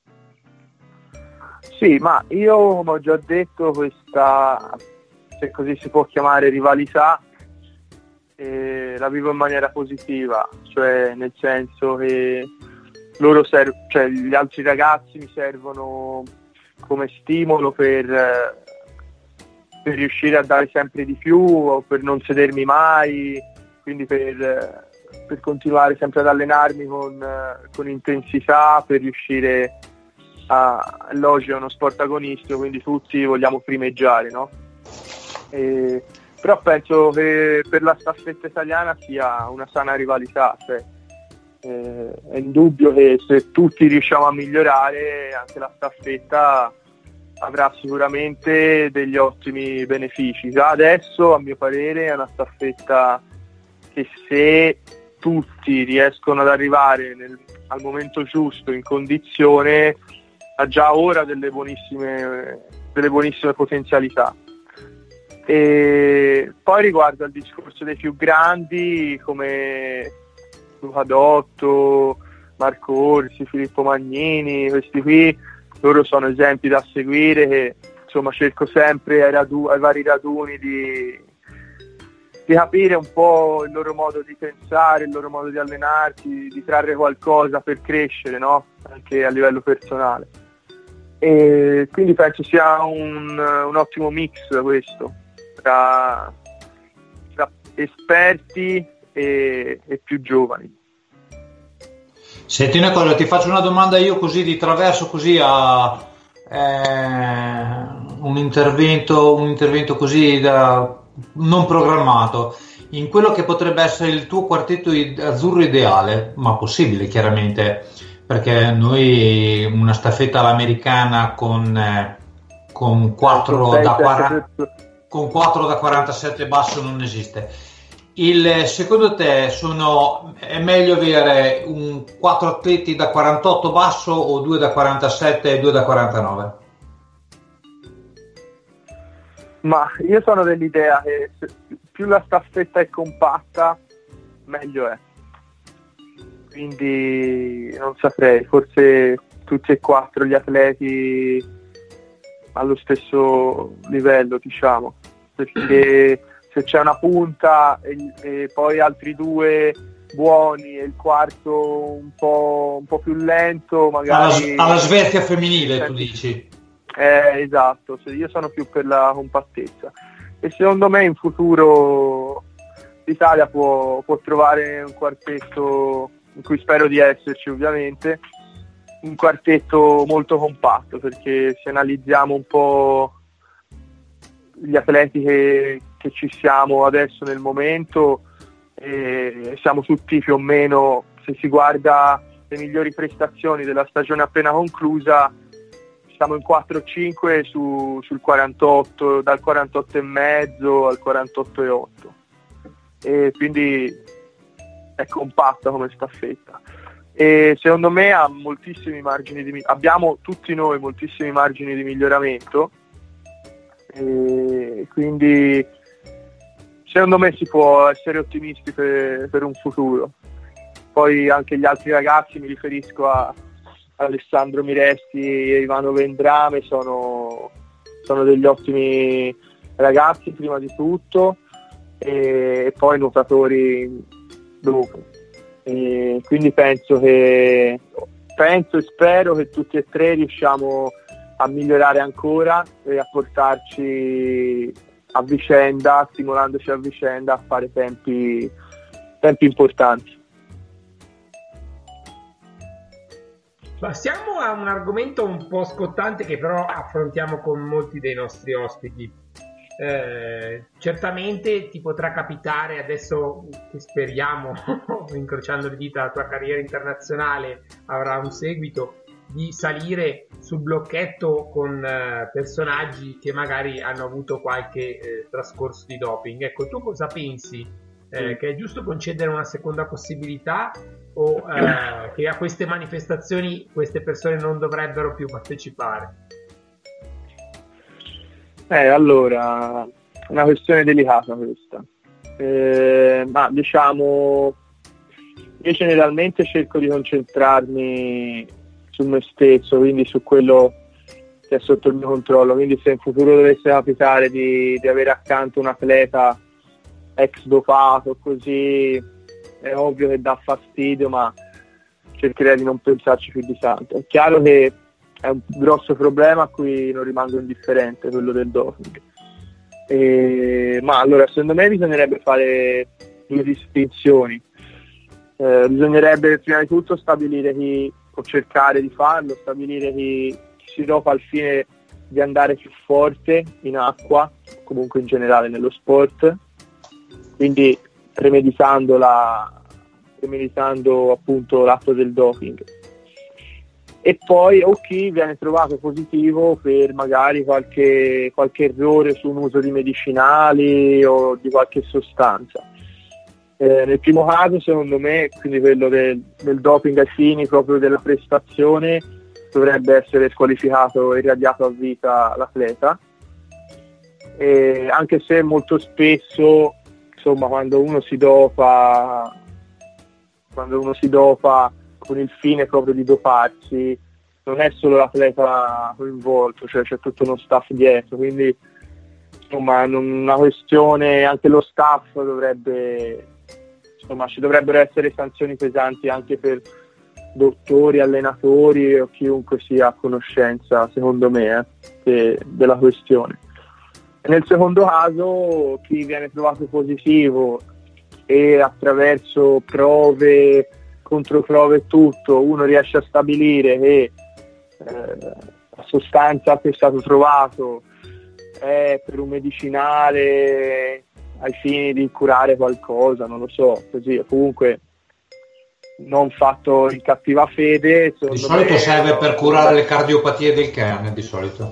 Sì, ma io, come ho già detto, questa, se così si può chiamare, rivalità, eh, la vivo in maniera positiva, cioè nel senso che loro serv- cioè gli altri ragazzi mi servono come stimolo per, eh, per riuscire a dare sempre di più, o per non sedermi mai, quindi per, eh, per continuare sempre ad allenarmi con, eh, con intensità, per riuscire a, l'oggi è uno sport agonistico, quindi tutti vogliamo primeggiare, no? E, però penso che per la staffetta italiana sia una sana rivalità, cioè, eh, è indubbio che se tutti riusciamo a migliorare, anche la staffetta avrà sicuramente degli ottimi benefici. Già adesso, a mio parere, è una staffetta che, se tutti riescono ad arrivare nel, al momento giusto, in condizione, ha già ora delle buonissime, delle buonissime potenzialità. E poi riguardo al discorso dei più grandi come Luca Dotto, Marco Orsi, Filippo Magnini, questi qui, loro sono esempi da seguire, che insomma cerco sempre ai, radu- ai vari raduni di, di capire un po' il loro modo di pensare, il loro modo di allenarsi, di trarre qualcosa per crescere, no? Anche a livello personale. E quindi penso sia un, un ottimo mix questo tra, tra esperti e, e più giovani. Senti una cosa, ti faccio una domanda io così di traverso, così a eh, un intervento un intervento così da, non programmato, in quello che potrebbe essere il tuo quartetto azzurro ideale, ma possibile chiaramente, perché noi una staffetta all'americana con, eh, con, quattro da quaranta, con quattro da quarantasette basso non esiste. Il, secondo te sono, è meglio avere un quattro atleti da quarantotto basso o due da quarantasette e due da quarantanove? Ma io sono dell'idea che più la staffetta è compatta, meglio è. Quindi non saprei, forse tutti e quattro gli atleti allo stesso livello, diciamo, perché se c'è una punta e, e poi altri due buoni e il quarto un po', un po' più lento, magari alla, alla Svezia femminile, tu dici? Eh, esatto, io sono più per la compattezza e secondo me in futuro l'Italia può, può trovare un quartetto, in cui spero di esserci ovviamente, un quartetto molto compatto, perché se analizziamo un po' gli atleti che, che ci siamo adesso nel momento, eh, siamo tutti più o meno, se si guarda le migliori prestazioni della stagione appena conclusa, siamo in quattro cinque su, sul quarantotto, dal quarantotto e mezzo al quarantotto e otto, e quindi è compatta come staffetta e secondo me ha moltissimi margini di abbiamo tutti noi moltissimi margini di miglioramento, e quindi secondo me si può essere ottimisti per, per un futuro. Poi anche gli altri ragazzi, mi riferisco a Alessandro Miresti e Ivano Vendrame, sono, sono degli ottimi ragazzi prima di tutto, e poi nuotatori dopo, e quindi penso che penso e spero che tutti e tre riusciamo a migliorare ancora e a portarci a vicenda, stimolandoci a vicenda a fare tempi, tempi importanti. Passiamo a un argomento un po' scottante che però affrontiamo con molti dei nostri ospiti. Eh, certamente ti potrà capitare, adesso che speriamo, incrociando le dita, la tua carriera internazionale avrà un seguito, di salire sul blocchetto con eh, personaggi che magari hanno avuto qualche eh, trascorso di doping. Ecco, tu cosa pensi? Eh, che è giusto concedere una seconda possibilità o eh, che a queste manifestazioni queste persone non dovrebbero più partecipare? Eh, allora, una questione delicata questa, eh, ma diciamo io generalmente cerco di concentrarmi su me stesso, quindi su quello che è sotto il mio controllo, quindi se in futuro dovesse capitare di, di avere accanto un atleta ex dopato così, è ovvio che dà fastidio, ma cercherei di non pensarci più di tanto. È chiaro che è un grosso problema a cui non rimango indifferente, quello del doping. E, ma allora secondo me bisognerebbe fare due distinzioni. Eh, bisognerebbe prima di tutto stabilire chi, o cercare di farlo, stabilire chi, chi si dopa al fine di andare più forte in acqua, comunque in generale nello sport, quindi premeditando, la, premeditando appunto l'atto del doping. E poi o chi viene trovato positivo per magari qualche, qualche errore su un uso di medicinali o di qualche sostanza. Eh, nel primo caso, secondo me, quindi quello del, del doping ai fini proprio della prestazione, dovrebbe essere squalificato e irradiato a vita l'atleta, e anche se molto spesso, insomma, quando uno si dopa quando uno si dopa con il fine proprio di doparsi, non è solo l'atleta coinvolto, cioè c'è tutto uno staff dietro, quindi insomma una questione, anche lo staff dovrebbe, insomma ci dovrebbero essere sanzioni pesanti anche per dottori, allenatori o chiunque sia a conoscenza, secondo me, eh, della questione. E nel secondo caso, chi viene trovato positivo e attraverso prove, controprove e tutto, uno riesce a stabilire che eh, la sostanza che è stato trovato è per un medicinale ai fini di curare qualcosa, non lo so, così, comunque non fatto in cattiva fede. Di solito me, serve no, per curare le cardiopatie del cane, di solito.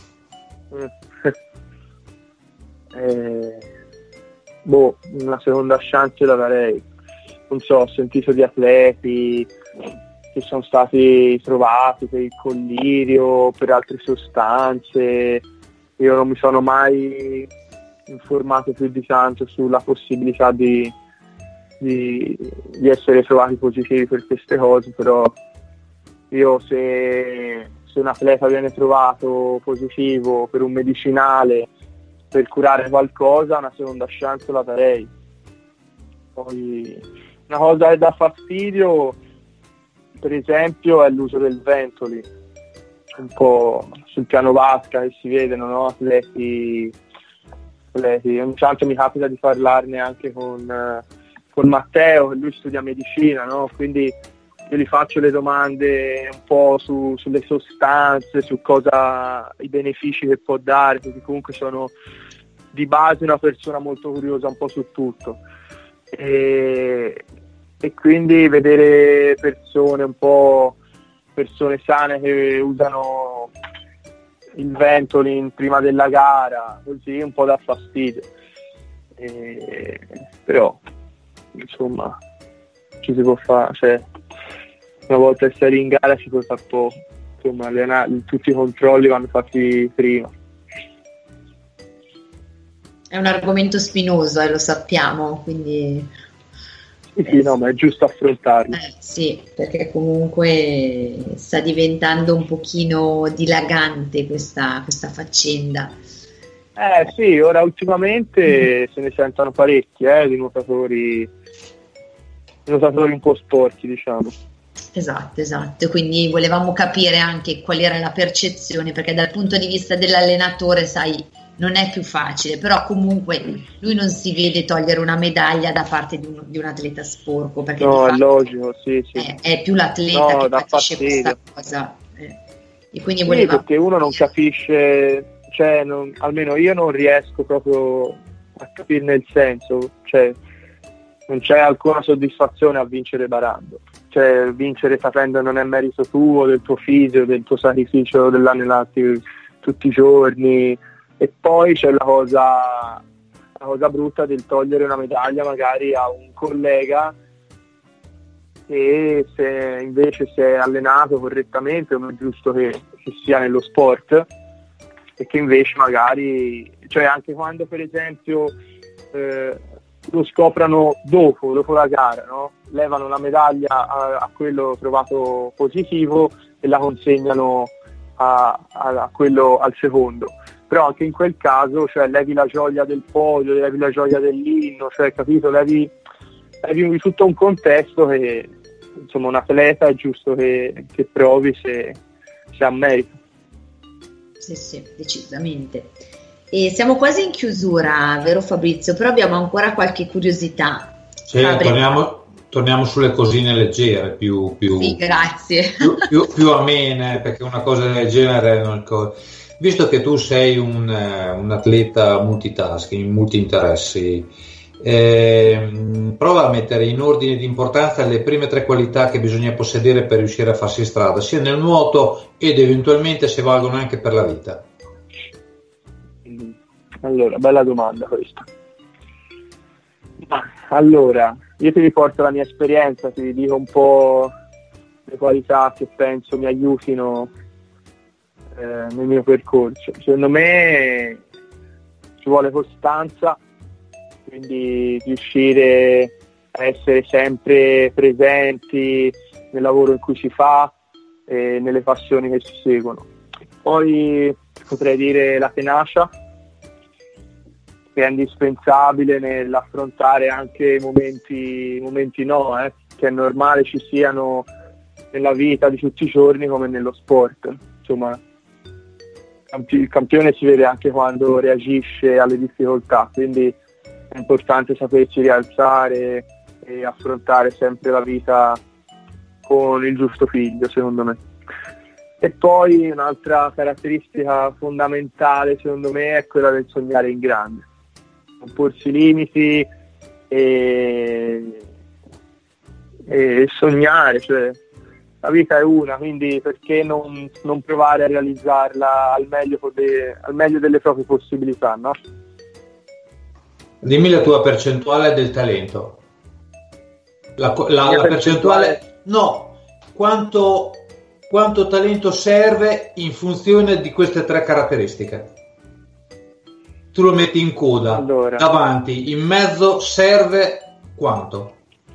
eh, boh, una seconda chance la darei. Non so, ho sentito di atleti che sono stati trovati per il collirio, per altre sostanze. Io non mi sono mai informato più di tanto sulla possibilità di, di, di essere trovati positivi per queste cose, però io se, se un atleta viene trovato positivo per un medicinale per curare qualcosa, una seconda chance la darei. Poi una cosa che dà fastidio, per esempio, è l'uso del Ventoli, un po' sul piano vasca che si vedono, no? atleti, atleti. Ogni tanto mi capita di parlarne anche con, eh, con Matteo, che lui studia medicina, no? Quindi io gli faccio le domande un po' su, sulle sostanze, su cosa, i benefici che può dare, perché comunque sono di base una persona molto curiosa un po' su tutto. E, e quindi vedere persone un po' persone sane che usano il Ventolin prima della gara, così un po' dà fastidio. E, però insomma ci si può fare, cioè, una volta che sei in gara si può fare poco, insomma le, tutti i controlli vanno fatti prima. È un argomento spinoso, eh, lo sappiamo, quindi sì, sì, no, ma è giusto affrontarlo. Eh, sì, perché comunque sta diventando un pochino dilagante questa, questa faccenda. Eh sì, ora ultimamente se ne sentono parecchi, eh, di nuotatori, nuotatori un po' sporchi, diciamo. Esatto, esatto, quindi volevamo capire anche qual era la percezione, perché dal punto di vista dell'allenatore, sai, non è più facile, però comunque lui non si vede togliere una medaglia da parte di un, di un atleta sporco, perché no, è logico, sì, sì. È, è più l'atleta no, che capisce fastidio. questa cosa, eh. E quindi sì, voleva... perché uno non capisce, cioè non, almeno io non riesco proprio a capirne il senso, cioè non c'è alcuna soddisfazione a vincere barando, cioè vincere sapendo non è merito tuo, del tuo fisio, del tuo sacrificio dell'allenarti tutti i giorni. E poi c'è la cosa, la cosa brutta del togliere una medaglia magari a un collega che se invece si è allenato correttamente, come è giusto che, che sia nello sport, e che invece magari, cioè anche quando per esempio eh, lo scoprano dopo, dopo la gara, no? levano la medaglia a, a quello trovato positivo e la consegnano a, a, a quello al secondo. Però anche in quel caso, cioè, levi la gioia del podio, levi la gioia dell'inno, cioè, capito, levi, levi tutto un contesto che, insomma, un atleta è giusto che, che provi se, se ha merito. Sì, sì, decisamente. E siamo quasi in chiusura, vero Fabrizio? Però abbiamo ancora qualche curiosità. Sì, torniamo, torniamo sulle cosine leggere, più, più, sì, grazie. più, più, più amene, perché una cosa del genere non co- visto che tu sei un, un atleta multitasking, multi-interessi, eh, prova a mettere in ordine di importanza le prime tre qualità che bisogna possedere per riuscire a farsi strada, sia nel nuoto ed eventualmente se valgono anche per la vita. Allora, bella domanda questa. Allora, io ti riporto la mia esperienza, ti dico un po' le qualità che penso mi aiutino eh, nel mio percorso. Secondo me ci vuole costanza, quindi riuscire a essere sempre presenti nel lavoro in cui si fa e nelle passioni che si seguono. Poi potrei dire la tenacia, che è indispensabile nell'affrontare anche momenti, momenti no, eh, che è normale ci siano nella vita di tutti i giorni come nello sport. Insomma, il campione si vede anche quando reagisce alle difficoltà, quindi è importante sapersi rialzare e affrontare sempre la vita con il giusto figlio, secondo me. E poi un'altra caratteristica fondamentale, secondo me, è quella del sognare in grande, non porsi limiti e, e sognare, cioè la vita è una, quindi perché non, non provare a realizzarla al meglio, de, al meglio delle proprie possibilità, no? Dimmi la tua percentuale del talento. La, la, la percentuale, no, quanto, quanto talento serve in funzione di queste tre caratteristiche? Tu lo metti in coda, allora, davanti, in mezzo, serve quanto?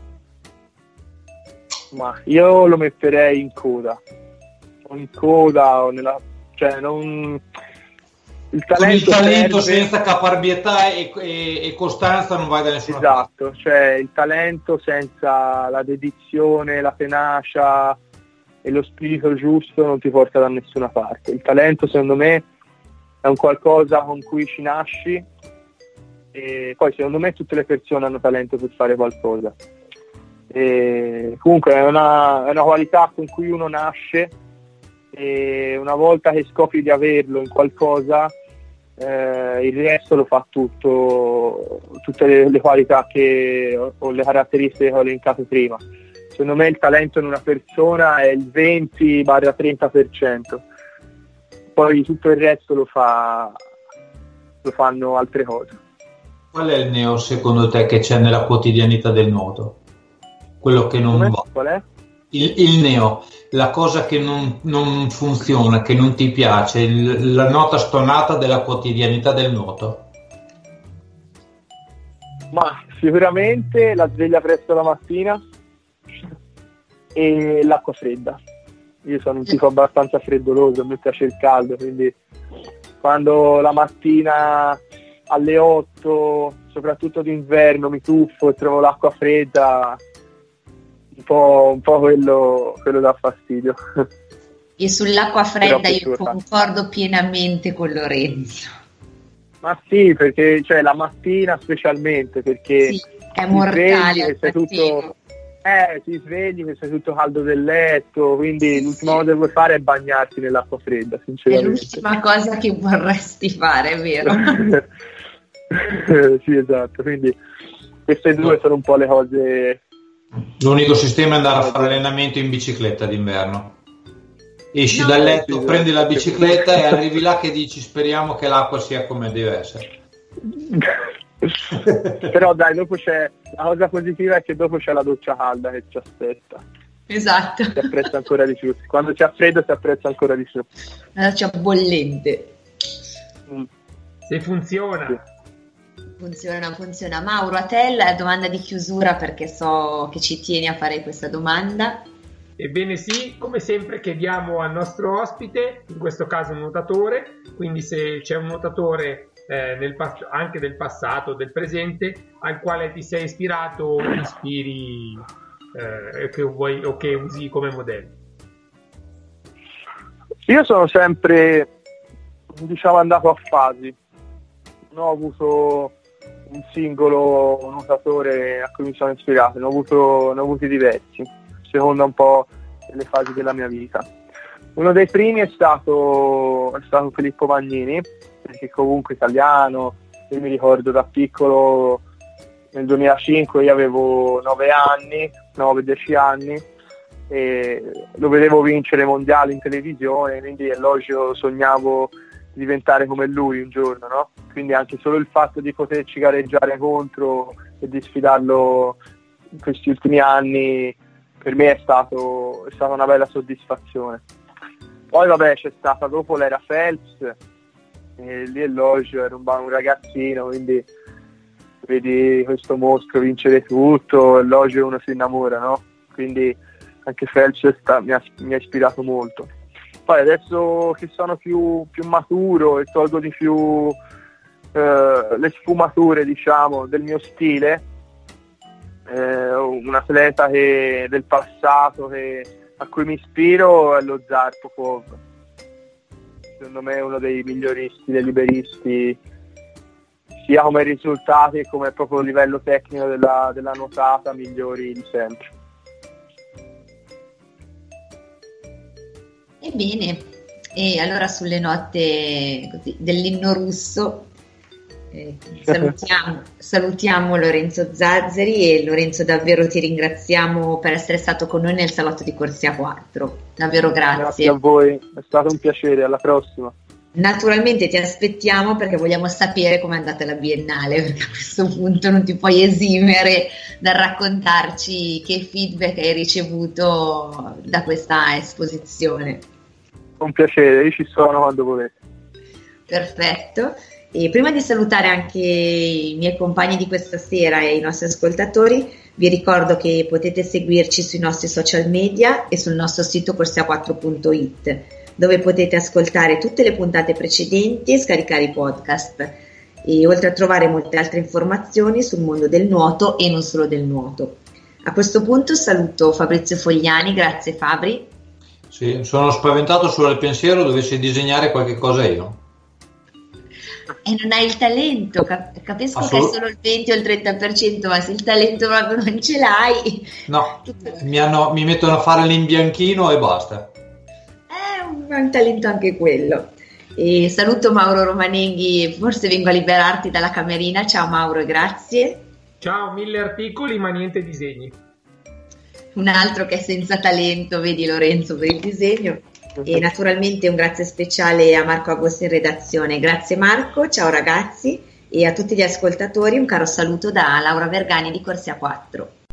Ma io lo metterei in coda, o in coda o nella, cioè non il talento, con il talento serve... senza caparbietà e, e, e costanza non vai da nessuna esatto, parte. Cioè il talento senza la dedizione, la tenacia e lo spirito giusto non ti porta da nessuna parte. Il talento, secondo me, è un qualcosa con cui ci nasci, e poi secondo me tutte le persone hanno talento per fare qualcosa. E comunque è una, è una qualità con cui uno nasce, e una volta che scopri di averlo in qualcosa, eh, il resto lo fa tutto, tutte le, le qualità che, o le caratteristiche che ho elencato prima. Secondo me il talento in una persona è il venti trenta per cento, poi tutto il resto lo fa, lo fanno altre cose. Qual è il neo secondo te che c'è nella quotidianità del nuoto? Quello che non Come? va. Qual è? Il, il neo, la cosa che non, non funziona, che non ti piace, il, la nota stonata della quotidianità del nuoto. Ma sicuramente la sveglia presto la mattina e l'acqua fredda. Io sono un tipo abbastanza freddoloso, mi piace il caldo, quindi quando la mattina alle otto, soprattutto d'inverno, mi tuffo e trovo l'acqua fredda, un po', un po' quello, quello dà fastidio. E sull'acqua fredda io concordo pienamente con Lorenzo. Ma sì, perché cioè la mattina specialmente, perché sì, è mortale, sei tutto, eh, ti svegli che sei tutto caldo del letto, quindi sì, l'ultima cosa che vuoi fare è bagnarti nell'acqua fredda, sinceramente. È l'ultima cosa che vorresti fare, è vero? Sì, esatto, quindi queste due sono un po' le cose. L'unico sistema è andare a fare allenamento in bicicletta d'inverno. Esci no, dal letto, sì, prendi la bicicletta e arrivi là che dici speriamo che l'acqua sia come deve essere. Però dai, dopo c'è la cosa positiva è che dopo c'è la doccia calda che ci aspetta. Esatto. Si apprezza ancora di più. Quando c'è freddo si apprezza ancora di più. La doccia bollente. Mm. Se funziona. Sì. Funziona, funziona. Mauro, a te la domanda di chiusura, perché so che ci tieni a fare questa domanda. Ebbene sì, come sempre chiediamo al nostro ospite, in questo caso un nuotatore, quindi se c'è un nuotatore eh, nel pass- anche del passato, del presente, al quale ti sei ispirato o ti ispiri eh, che vuoi, o che usi come modello. Io sono sempre, diciamo, andato a fasi, non ho avuto un singolo nuotatore a cui mi sono ispirato, ne ho, avuto, ne ho avuti diversi, secondo un po' le fasi della mia vita. Uno dei primi è stato, è stato Filippo Magnini, perché comunque italiano, io mi ricordo da piccolo, nel duemilacinque io avevo nove anni, nove dieci anni, e lo vedevo vincere mondiali in televisione, quindi elogio, sognavo di diventare come lui un giorno, no? Quindi anche solo il fatto di poterci gareggiare contro e di sfidarlo in questi ultimi anni per me è stato è stata una bella soddisfazione. Poi vabbè, c'è stata dopo l'era Phelps, e lì elogio, ero un, un ragazzino, quindi vedi questo mostro vincere tutto, elogio, uno si innamora, no? Quindi anche Phelps sta, mi, ha, mi ha ispirato molto. Poi adesso che sono più, più maturo e tolgo di più eh, le sfumature, diciamo, del mio stile, eh, un atleta che, del passato che, a cui mi ispiro è lo Zar Popov. Secondo me è uno dei migliori stili liberisti, sia come risultati che come proprio livello tecnico della, della nuotata, migliori di sempre. Ebbene, e allora sulle note così, dell'inno russo eh, salutiamo, salutiamo Lorenzo Zazzeri, e Lorenzo davvero ti ringraziamo per essere stato con noi nel salotto di Corsia quattro, davvero grazie. Grazie a voi, è stato un piacere, alla prossima. Naturalmente ti aspettiamo perché vogliamo sapere com'è andata la Biennale, perché a questo punto non ti puoi esimere dal raccontarci che feedback hai ricevuto da questa esposizione. Un piacere, io ci sono quando volete. Perfetto. E prima di salutare anche i miei compagni di questa sera e i nostri ascoltatori, vi ricordo che potete seguirci sui nostri social media e sul nostro sito corsia quattro punto it, dove potete ascoltare tutte le puntate precedenti e scaricare i podcast, e oltre a trovare molte altre informazioni sul mondo del nuoto e non solo del nuoto. A questo punto saluto Fabrizio Fogliani, grazie Fabri. Sì, sono spaventato sul pensiero dovessi disegnare qualche cosa io. E non hai il talento, cap- capisco Assolut- che è solo il venti o il trenta per cento, ma se il talento proprio non ce l'hai... No, mi, hanno, mi mettono a fare l'imbianchino e basta. È un, è un talento anche quello. E saluto Mauro Romanenghi, forse vengo a liberarti dalla camerina. Ciao Mauro, grazie. Ciao, mille articoli ma niente disegni. Un altro che è senza talento, vedi Lorenzo, per il disegno. E naturalmente un grazie speciale a Marco Agosti in redazione. Grazie Marco, ciao ragazzi, e a tutti gli ascoltatori un caro saluto da Laura Vergani di Corsia quattro.